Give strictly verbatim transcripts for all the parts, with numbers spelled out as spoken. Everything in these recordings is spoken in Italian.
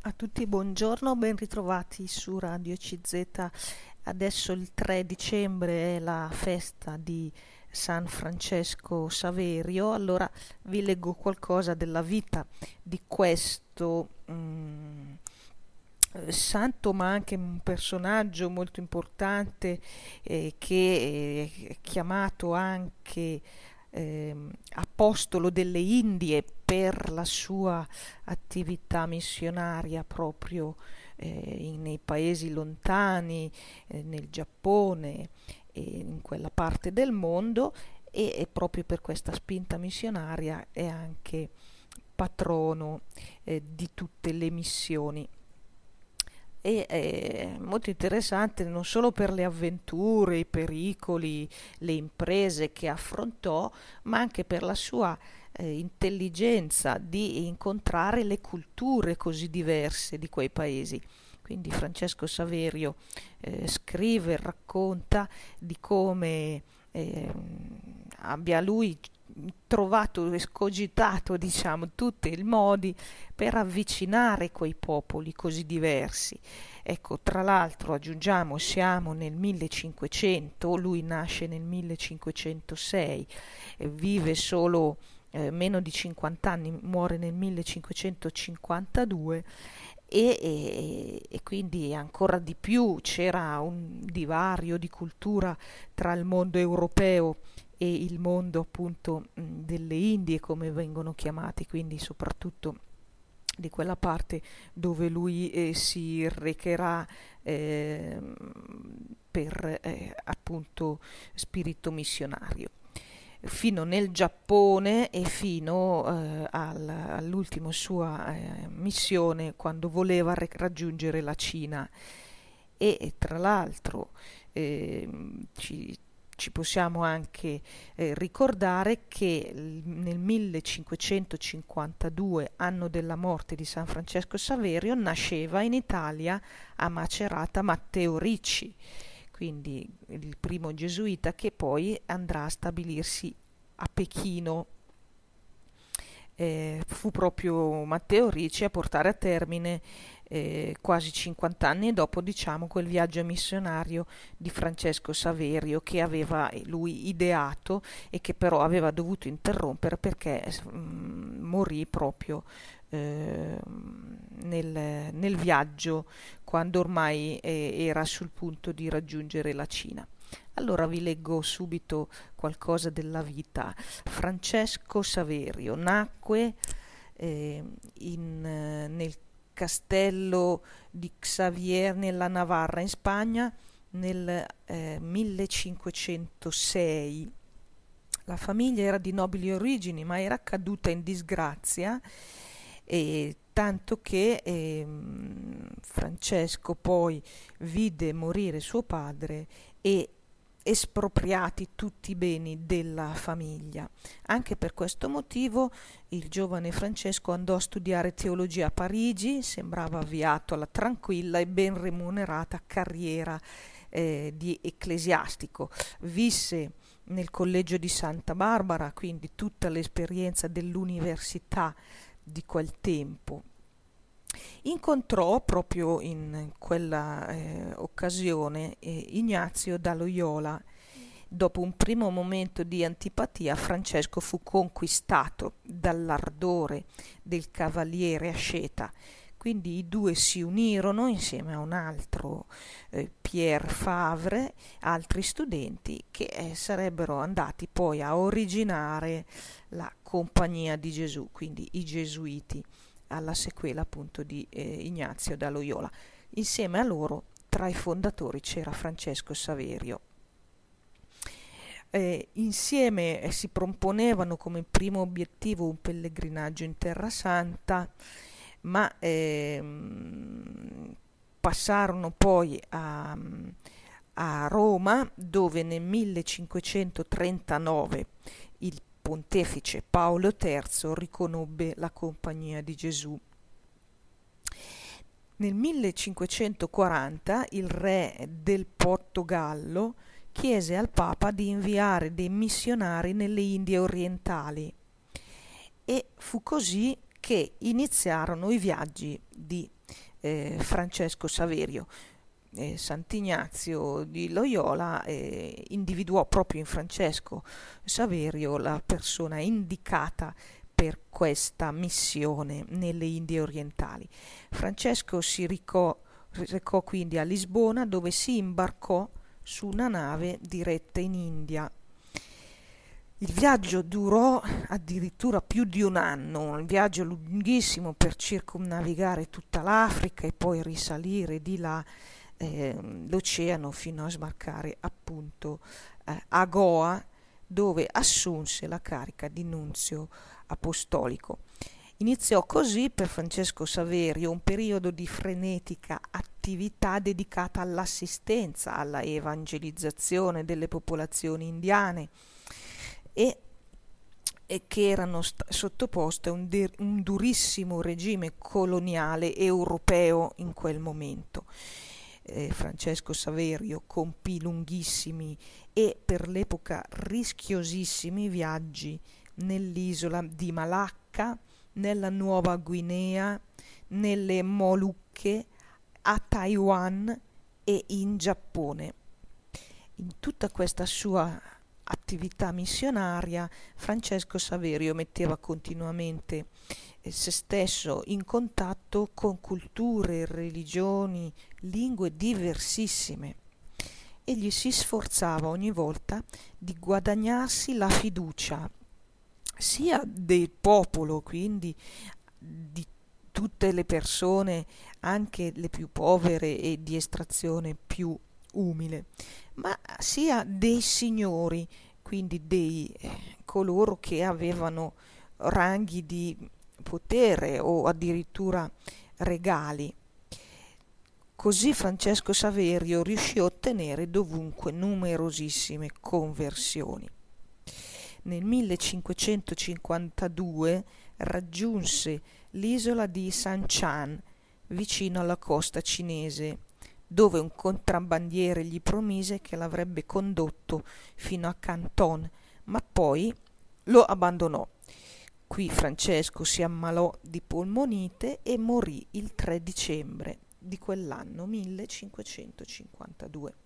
A tutti buongiorno, ben ritrovati su Radio C Z. Adesso il tre dicembre è la festa di San Francesco Saverio, allora vi leggo qualcosa della vita di questo mm, eh, santo, ma anche un personaggio molto importante eh, che è chiamato anche ehm, apostolo delle Indie per la sua attività missionaria proprio eh, nei paesi lontani, eh, nel Giappone e in quella parte del mondo e, e proprio per questa spinta missionaria è anche patrono eh, di tutte le missioni. E è molto interessante non solo per le avventure, i pericoli, le imprese che affrontò, ma anche per la sua eh, intelligenza di incontrare le culture così diverse di quei paesi. Quindi Francesco Saverio eh, scrive, racconta di come eh, abbia lui trovato, escogitato, diciamo, tutti i modi per avvicinare quei popoli così diversi. Ecco, tra l'altro aggiungiamo, siamo nel millecinquecento, lui nasce nel millecinquecentosei, eh, vive solo eh, meno di cinquanta anni, muore nel millecinquecentocinquantadue e, e, e quindi ancora di più c'era un divario di cultura tra il mondo europeo e il mondo appunto mh, delle Indie come vengono chiamati, quindi soprattutto di quella parte dove lui eh, si recherà eh, per eh, appunto spirito missionario fino nel Giappone e fino eh, al, all'ultima sua eh, missione quando voleva re- raggiungere la Cina e, e tra l'altro eh, ci, ci possiamo anche eh, ricordare che nel millecinquecentocinquantadue, anno della morte di San Francesco Saverio, nasceva in Italia a Macerata Matteo Ricci, quindi il primo gesuita che poi andrà a stabilirsi a Pechino. Eh, fu proprio Matteo Ricci a portare a termine eh, quasi cinquanta anni dopo, diciamo, quel viaggio missionario di Francesco Saverio che aveva lui ideato e che però aveva dovuto interrompere perché mm, morì proprio eh, nel, nel viaggio quando ormai eh, era sul punto di raggiungere la Cina. Allora vi leggo subito qualcosa della vita. Francesco Saverio nacque eh, in, eh, nel castello di Xavier nella Navarra in Spagna nel eh, millecinquecentosei. La famiglia era di nobili origini ma era caduta in disgrazia e tanto che eh, Francesco poi vide morire suo padre e espropriati tutti i beni della famiglia. Anche per questo motivo il giovane Francesco andò a studiare teologia a Parigi, sembrava avviato alla tranquilla e ben remunerata carriera eh, di ecclesiastico. Visse nel collegio di Santa Barbara, quindi tutta l'esperienza dell'università di quel tempo. Incontrò proprio in quella eh, occasione eh, Ignazio da Loyola. Dopo un primo momento di antipatia, Francesco fu conquistato dall'ardore del cavaliere asceta. Quindi i due si unirono insieme a un altro eh, Pierre Favre, altri studenti che eh, sarebbero andati poi a originare la Compagnia di Gesù, quindi i Gesuiti, alla sequela appunto di eh, Ignazio da Loyola. Insieme a loro, tra i fondatori, c'era Francesco Saverio. Eh, insieme eh, si proponevano come primo obiettivo un pellegrinaggio in Terra Santa, ma ehm, passarono poi a, a Roma, dove nel millecinquecentotrentanove il pontefice Paolo terzo riconobbe la Compagnia di Gesù. Nel millecinquecentoquaranta il re del Portogallo chiese al Papa di inviare dei missionari nelle Indie orientali e fu così che iniziarono i viaggi di eh, Francesco Saverio. Eh, Sant'Ignazio di Loyola eh, individuò proprio in Francesco Saverio la persona indicata per questa missione nelle Indie orientali. Francesco si recò, recò quindi a Lisbona, dove si imbarcò su una nave diretta in India. Il viaggio durò addirittura più di un anno, un viaggio lunghissimo per circumnavigare tutta l'Africa e poi risalire di là eh, l'oceano fino a sbarcare appunto eh, a Goa, dove assunse la carica di nunzio apostolico. Iniziò così per Francesco Saverio un periodo di frenetica attività dedicata all'assistenza, alla evangelizzazione delle popolazioni indiane e, e che erano st- sottoposte a un, de- un durissimo regime coloniale europeo in quel momento. Eh, Francesco Saverio compì lunghissimi e per l'epoca rischiosissimi viaggi nell'isola di Malacca, nella Nuova Guinea, nelle Molucche, a Taiwan e in Giappone. In tutta questa sua attività missionaria Francesco Saverio metteva continuamente eh, se stesso in contatto con culture, religioni, lingue diversissime. Egli si sforzava ogni volta di guadagnarsi la fiducia sia del popolo, quindi di tutte le persone, anche le più povere e di estrazione più umile, ma sia dei signori, quindi dei eh, coloro che avevano ranghi di potere o addirittura regali. Così Francesco Saverio riuscì a ottenere dovunque numerosissime conversioni. Nel millecinquecentocinquantadue raggiunse l'isola di Sanchan, vicino alla costa cinese, dove un contrabbandiere gli promise che l'avrebbe condotto fino a Canton, ma poi lo abbandonò. Qui Francesco si ammalò di polmonite e morì il tre dicembre di quell'anno millecinquecentocinquantadue.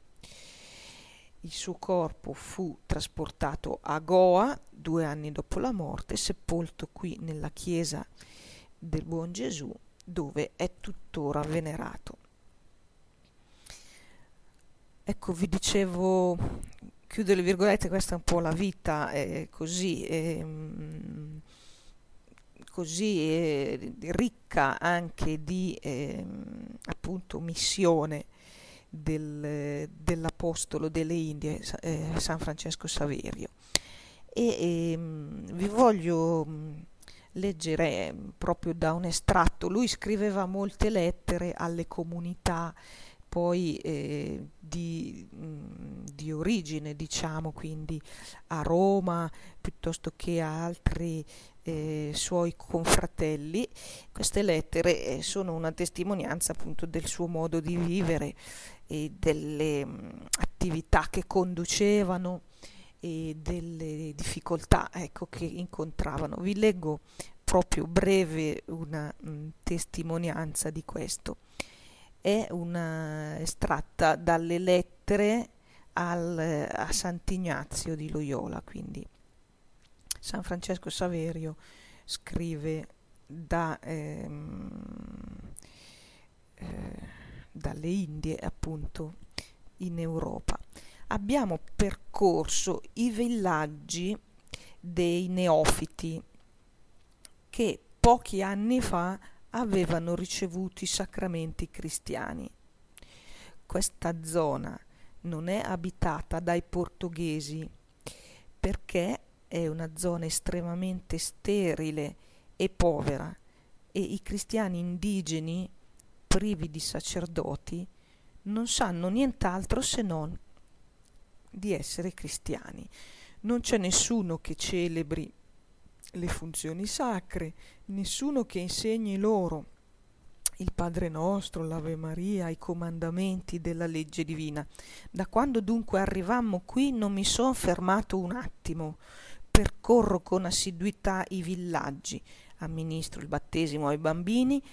Il suo corpo fu trasportato a Goa due anni dopo la morte, sepolto qui nella chiesa del Buon Gesù, dove è tuttora venerato. Ecco, vi dicevo, chiudo le virgolette, questa è un po' la vita, è così, è, così è ricca anche di eh, appunto missione del, dell'apostolo delle Indie, eh, San Francesco Saverio. E eh, vi voglio leggere proprio da un estratto. Lui scriveva molte lettere alle comunità poi eh, di, mh, di origine, diciamo, quindi a Roma piuttosto che a altri eh, suoi confratelli. Queste lettere eh, sono una testimonianza appunto del suo modo di vivere e delle mh, attività che conducevano e delle difficoltà, ecco, che incontravano. Vi leggo proprio breve una mh, testimonianza di questo. È una estratta dalle lettere al, a Sant'Ignazio di Loyola, quindi San Francesco Saverio scrive da, ehm, eh, dalle Indie, appunto, in Europa. Abbiamo percorso i villaggi dei neofiti che pochi anni fa avevano ricevuto i sacramenti cristiani. Questa zona non è abitata dai portoghesi perché è una zona estremamente sterile e povera e i cristiani indigeni, privi di sacerdoti, non sanno nient'altro se non di essere cristiani. Non c'è nessuno che celebri le funzioni sacre, nessuno che insegni loro il Padre Nostro, l'Ave Maria, i comandamenti della legge divina. Da quando dunque arrivammo qui non mi son fermato un attimo, percorro con assiduità i villaggi, amministro il battesimo ai bambini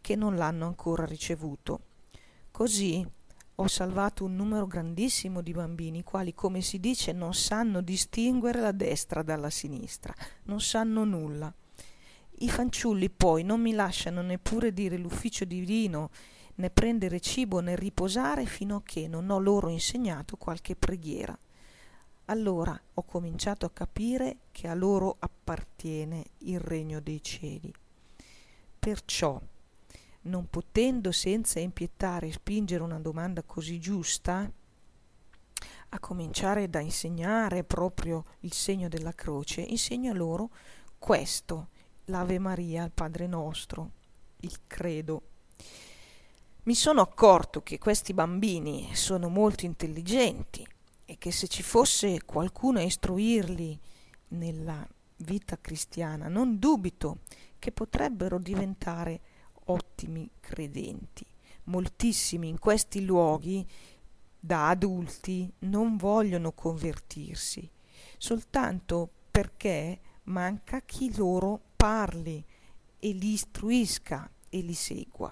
che non l'hanno ancora ricevuto. Così ho salvato un numero grandissimo di bambini, i quali, come si dice, non sanno distinguere la destra dalla sinistra, non sanno nulla. I fanciulli poi non mi lasciano neppure dire l'ufficio divino, né prendere cibo né riposare fino a che non ho loro insegnato qualche preghiera. Allora ho cominciato a capire che a loro appartiene il regno dei cieli. Perciò, non potendo senza impietare spingere una domanda così giusta, a cominciare da insegnare proprio il segno della croce, insegno loro questo, l'Ave Maria, il Padre Nostro, il Credo. Mi sono accorto che questi bambini sono molto intelligenti e che se ci fosse qualcuno a istruirli nella vita cristiana, non dubito che potrebbero diventare ottimi credenti. Moltissimi in questi luoghi, da adulti, non vogliono convertirsi, soltanto perché manca chi loro parli e li istruisca e li segua.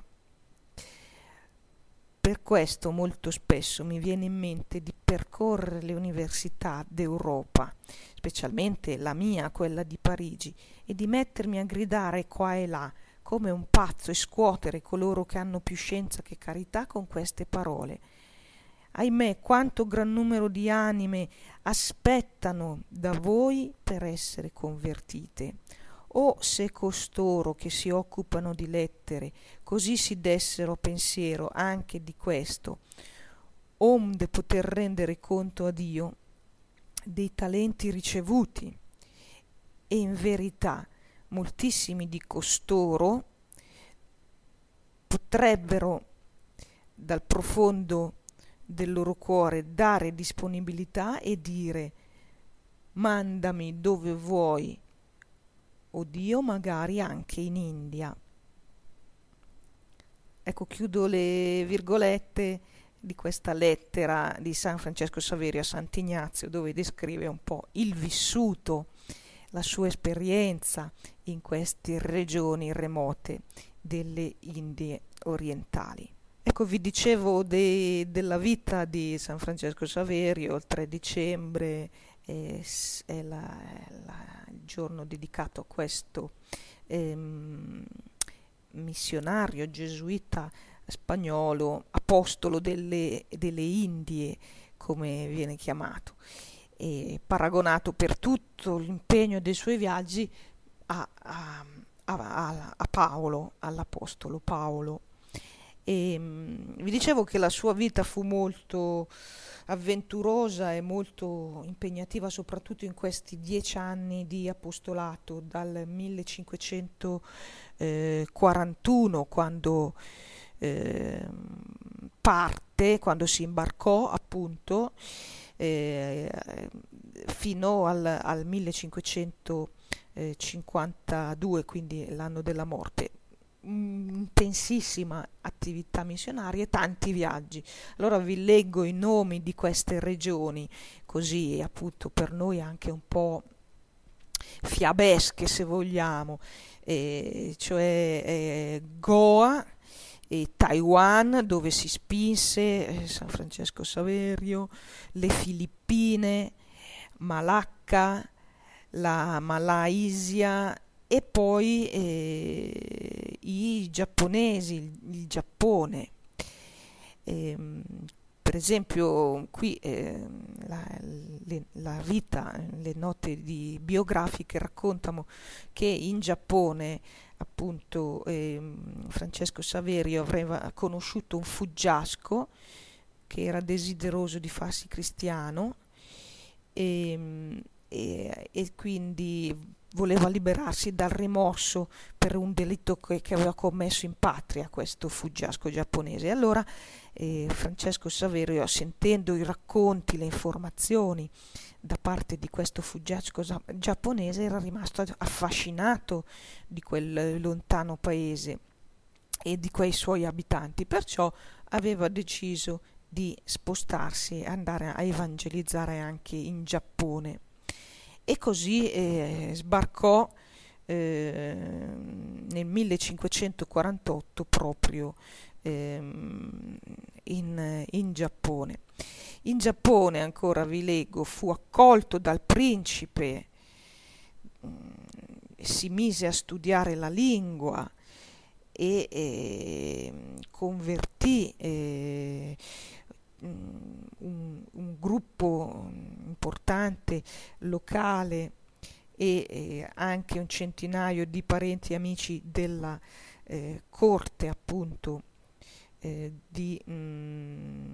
Per questo molto spesso mi viene in mente di percorrere le università d'Europa, specialmente la mia, quella di Parigi, e di mettermi a gridare qua e là come un pazzo e scuotere coloro che hanno più scienza che carità con queste parole. Ahimè, quanto gran numero di anime aspettano da voi per essere convertite. O se costoro che si occupano di lettere così si dessero pensiero anche di questo, onde poter rendere conto a Dio dei talenti ricevuti, e in verità moltissimi di costoro potrebbero dal profondo del loro cuore dare disponibilità e dire: mandami dove vuoi, o Dio, magari anche in India. Ecco, chiudo le virgolette di questa lettera di San Francesco Saverio a Sant'Ignazio, dove descrive un po' il vissuto, la sua esperienza in queste regioni remote delle Indie orientali. Ecco, vi dicevo de, della vita di San Francesco Saverio. Il tre dicembre è, è, la, è la, il giorno dedicato a questo ehm, missionario gesuita spagnolo, apostolo delle, delle Indie, come viene chiamato, e paragonato per tutto l'impegno dei suoi viaggi a, a, a, a Paolo, all'apostolo Paolo. E mh, vi dicevo che la sua vita fu molto avventurosa e molto impegnativa, soprattutto in questi dieci anni di apostolato, dal millecinquecentoquarantuno, quando eh, parte, quando si imbarcò appunto, eh, fino al, al millecinquecentocinquantadue, quindi l'anno della morte. Intensissima attività missionaria e tanti viaggi. Allora vi leggo i nomi di queste regioni, così appunto per noi anche un po' fiabesche, se vogliamo, eh, cioè eh, Goa e Taiwan, dove si spinse eh, San Francesco Saverio, le Filippine, Malacca, la Malaysia, e poi eh, i giapponesi, il, il Giappone. E, per esempio qui eh, la, le, la vita, le note di biografiche raccontano che in Giappone appunto eh, Francesco Saverio aveva conosciuto un fuggiasco che era desideroso di farsi cristiano e, e, e quindi voleva liberarsi dal rimorso per un delitto che, che aveva commesso in patria, questo fuggiasco giapponese. E allora eh, Francesco Saverio, sentendo i racconti, le informazioni da parte di questo fuggiasco giapponese, era rimasto affascinato di quel lontano paese e di quei suoi abitanti, perciò aveva deciso di spostarsi e andare a evangelizzare anche in Giappone. E così eh, sbarcò eh, nel millecinquecentoquarantotto proprio ehm, in, in Giappone. In Giappone, ancora vi leggo, fu accolto dal principe, mh, si mise a studiare la lingua e eh, convertì eh, un, un gruppo importante locale e eh, anche un centinaio di parenti e amici della eh, corte appunto eh, di, mh,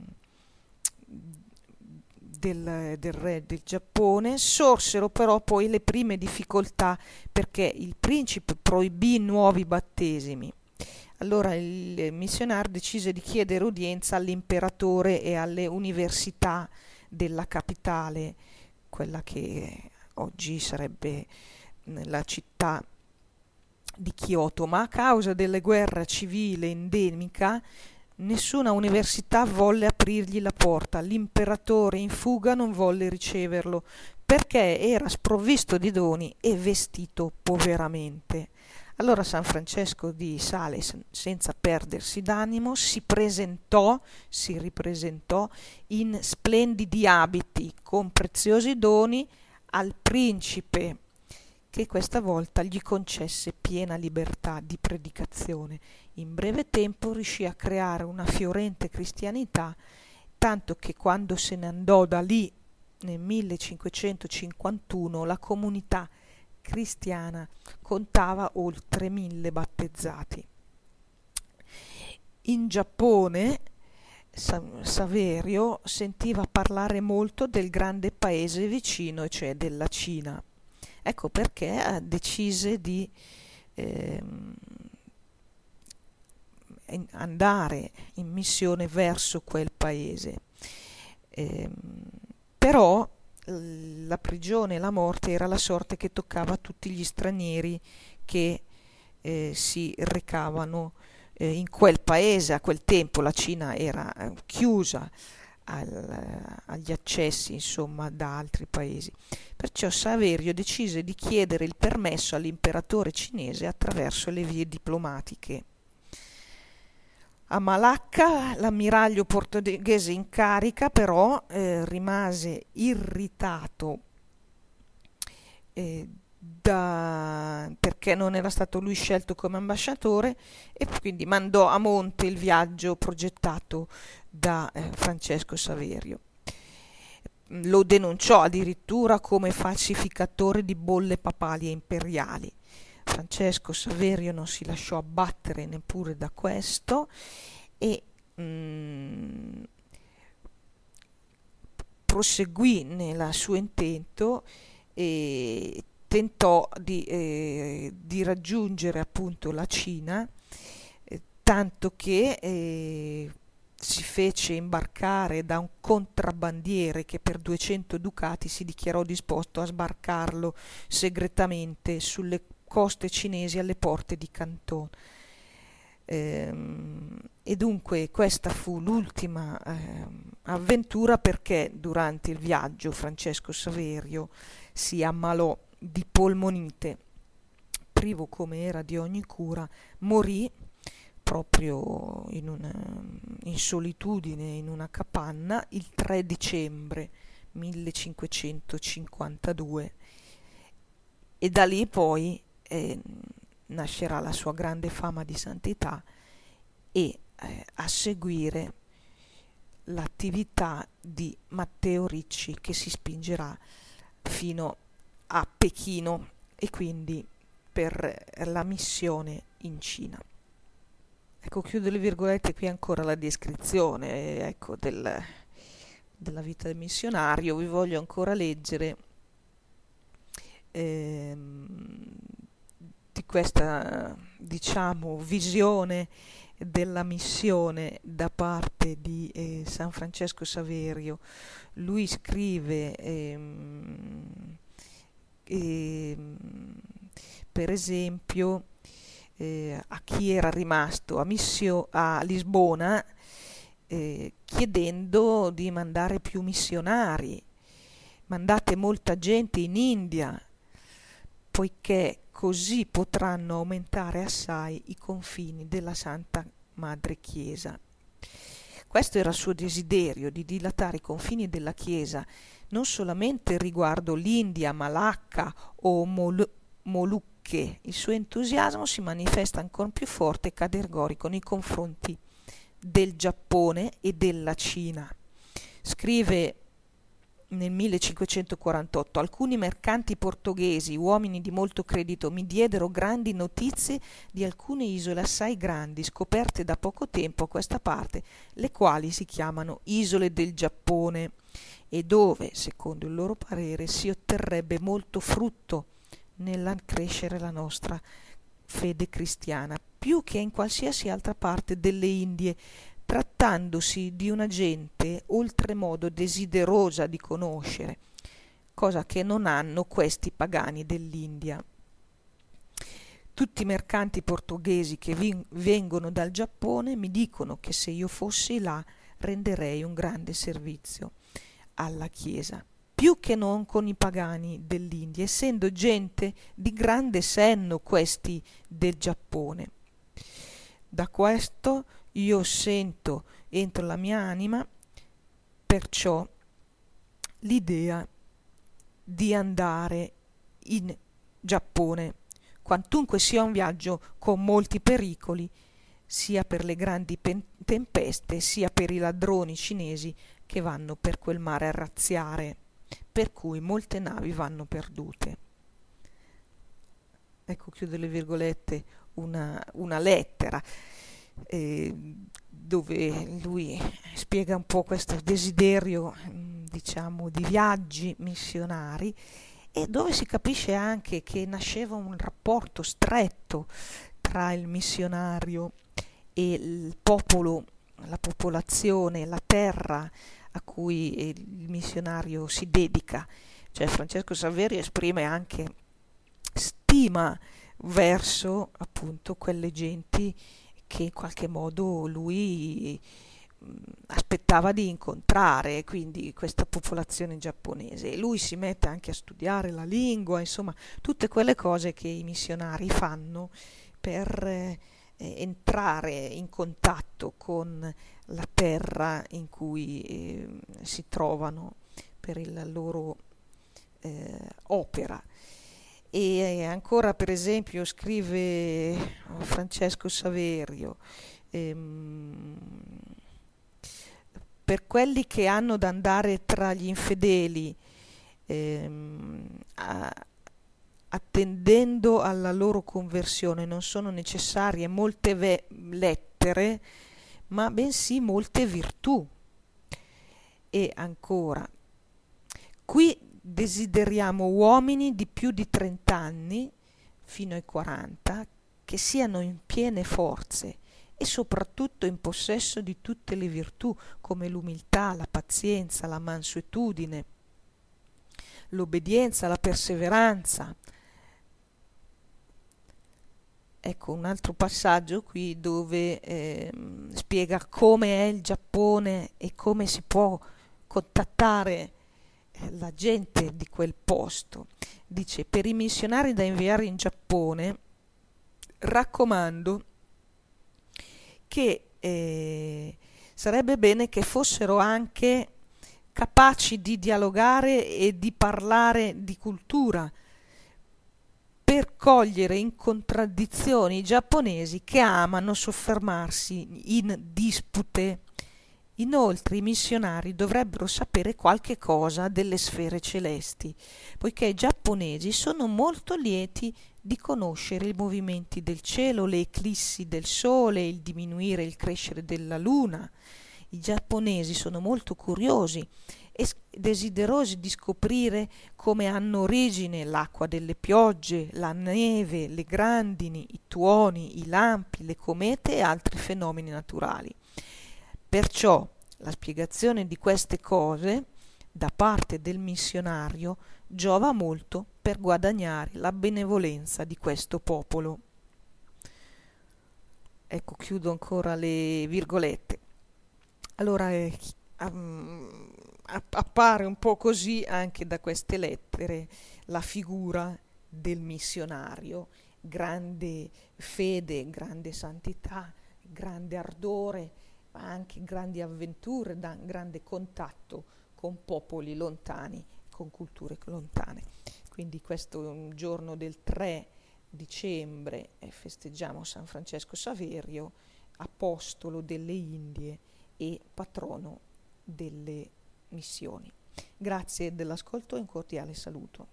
del, del re del Giappone. Sorsero però poi le prime difficoltà perché il principe proibì nuovi battesimi. Allora il missionario decise di chiedere udienza all'imperatore e alle università della capitale, quella che oggi sarebbe la città di Kyoto, ma a causa della guerra civile endemica nessuna università volle aprirgli la porta. L'imperatore in fuga non volle riceverlo perché era sprovvisto di doni e vestito poveramente. Allora San Francesco di Sales, senza perdersi d'animo, si presentò, si ripresentò in splendidi abiti con preziosi doni al principe, che questa volta gli concesse piena libertà di predicazione. In breve tempo riuscì a creare una fiorente cristianità, tanto che quando se ne andò da lì nel millecinquecentocinquantuno la comunità cristiana contava oltre mille battezzati. In Giappone Saverio sentiva parlare molto del grande paese vicino, cioè della Cina. Ecco perché decise di ehm, andare in missione verso quel paese. Ehm, però la prigione e la morte era la sorte che toccava a tutti gli stranieri che eh, si recavano eh, in quel paese. A quel tempo la Cina era eh, chiusa al, agli accessi, insomma, da altri paesi. Perciò Saverio decise di chiedere il permesso all'imperatore cinese attraverso le vie diplomatiche. A Malacca l'ammiraglio portoghese in carica però eh, rimase irritato eh, da, perché non era stato lui scelto come ambasciatore e quindi mandò a monte il viaggio progettato da eh, Francesco Saverio. Lo denunciò addirittura come falsificatore di bolle papali e imperiali. Francesco Saverio non si lasciò abbattere neppure da questo e mh, proseguì nel suo intento e tentò di, eh, di raggiungere appunto la Cina, eh, tanto che eh, si fece imbarcare da un contrabbandiere che per duecento ducati si dichiarò disposto a sbarcarlo segretamente sulle coste cinesi alle porte di Canton. Ehm, e dunque questa fu l'ultima ehm, avventura, perché durante il viaggio Francesco Saverio si ammalò di polmonite, privo come era di ogni cura, morì proprio in, una, in solitudine in una capanna il tre dicembre millecinquecentocinquantadue, e da lì poi eh, nascerà la sua grande fama di santità e eh, a seguire l'attività di Matteo Ricci, che si spingerà fino a Pechino e quindi per la missione in Cina. Ecco, chiudo le virgolette, qui ancora la descrizione ecco, del, della vita del missionario. Vi voglio ancora leggere ehm, di questa, diciamo, visione della missione da parte di eh, San Francesco Saverio. Lui scrive ehm, ehm, per esempio eh, a chi era rimasto a, missio, a Lisbona eh, chiedendo di mandare più missionari. Mandate molta gente in India, poiché così potranno aumentare assai i confini della Santa Madre Chiesa. Questo era il suo desiderio, di dilatare i confini della Chiesa non solamente riguardo l'India, Malacca o Mol- Molucche. Il suo entusiasmo si manifesta ancora più forte e categorico nei confronti del Giappone e della Cina. Scrive nel millecinquecentoquarantotto: alcuni mercanti portoghesi, uomini di molto credito, mi diedero grandi notizie di alcune isole assai grandi scoperte da poco tempo a questa parte, le quali si chiamano isole del Giappone, e dove, secondo il loro parere, si otterrebbe molto frutto nell'accrescere la nostra fede cristiana, più che in qualsiasi altra parte delle Indie, trattandosi di una gente oltremodo desiderosa di conoscere, cosa che non hanno questi pagani dell'India. Tutti i mercanti portoghesi che vi- vengono dal Giappone mi dicono che se io fossi là renderei un grande servizio alla Chiesa, più che non con i pagani dell'India, essendo gente di grande senno questi del Giappone. Da questo io sento entro la mia anima perciò l'idea di andare in Giappone, quantunque sia un viaggio con molti pericoli, sia per le grandi pen- tempeste, sia per i ladroni cinesi che vanno per quel mare a razziare, per cui molte navi vanno perdute. Ecco, chiudo le virgolette, una, una lettera eh, dove lui spiega un po' questo desiderio, diciamo, di viaggi missionari, e dove si capisce anche che nasceva un rapporto stretto tra il missionario e il popolo, la popolazione, la terra a cui il missionario si dedica. Cioè Francesco Saverio esprime anche stima verso appunto quelle genti che in qualche modo lui mh, aspettava di incontrare, quindi questa popolazione giapponese. E lui si mette anche a studiare la lingua, insomma, tutte quelle cose che i missionari fanno per eh, entrare in contatto con la terra in cui eh, si trovano per la loro eh, opera. E ancora, per esempio, scrive Francesco Saverio, ehm, per quelli che hanno da andare tra gli infedeli, ehm, a, attendendo alla loro conversione, non sono necessarie molte ve- lettere, ma bensì molte virtù. E ancora, qui desideriamo uomini di più di trent'anni fino ai quaranta che siano in piene forze e soprattutto in possesso di tutte le virtù, come l'umiltà, la pazienza, la mansuetudine, l'obbedienza, la perseveranza. Ecco un altro passaggio qui dove eh, spiega come è il Giappone e come si può contattare la gente di quel posto. Dice: per i missionari da inviare in Giappone raccomando che eh, sarebbe bene che fossero anche capaci di dialogare e di parlare di cultura, per cogliere in contraddizioni i giapponesi che amano soffermarsi in dispute. Inoltre i missionari dovrebbero sapere qualche cosa delle sfere celesti, poiché i giapponesi sono molto lieti di conoscere i movimenti del cielo, le eclissi del sole, il diminuire e il crescere della luna. I giapponesi sono molto curiosi e desiderosi di scoprire come hanno origine l'acqua delle piogge, la neve, le grandini, i tuoni, i lampi, le comete e altri fenomeni naturali. Perciò la spiegazione di queste cose da parte del missionario giova molto per guadagnare la benevolenza di questo popolo. Ecco, chiudo ancora le virgolette. Allora eh, appare un po' così anche da queste lettere la figura del missionario, grande fede, grande santità, grande ardore, ma anche grandi avventure, da grande contatto con popoli lontani, con culture lontane. Quindi questo è un giorno del tre dicembre, e festeggiamo San Francesco Saverio, apostolo delle Indie e patrono delle missioni. Grazie dell'ascolto e un cordiale saluto.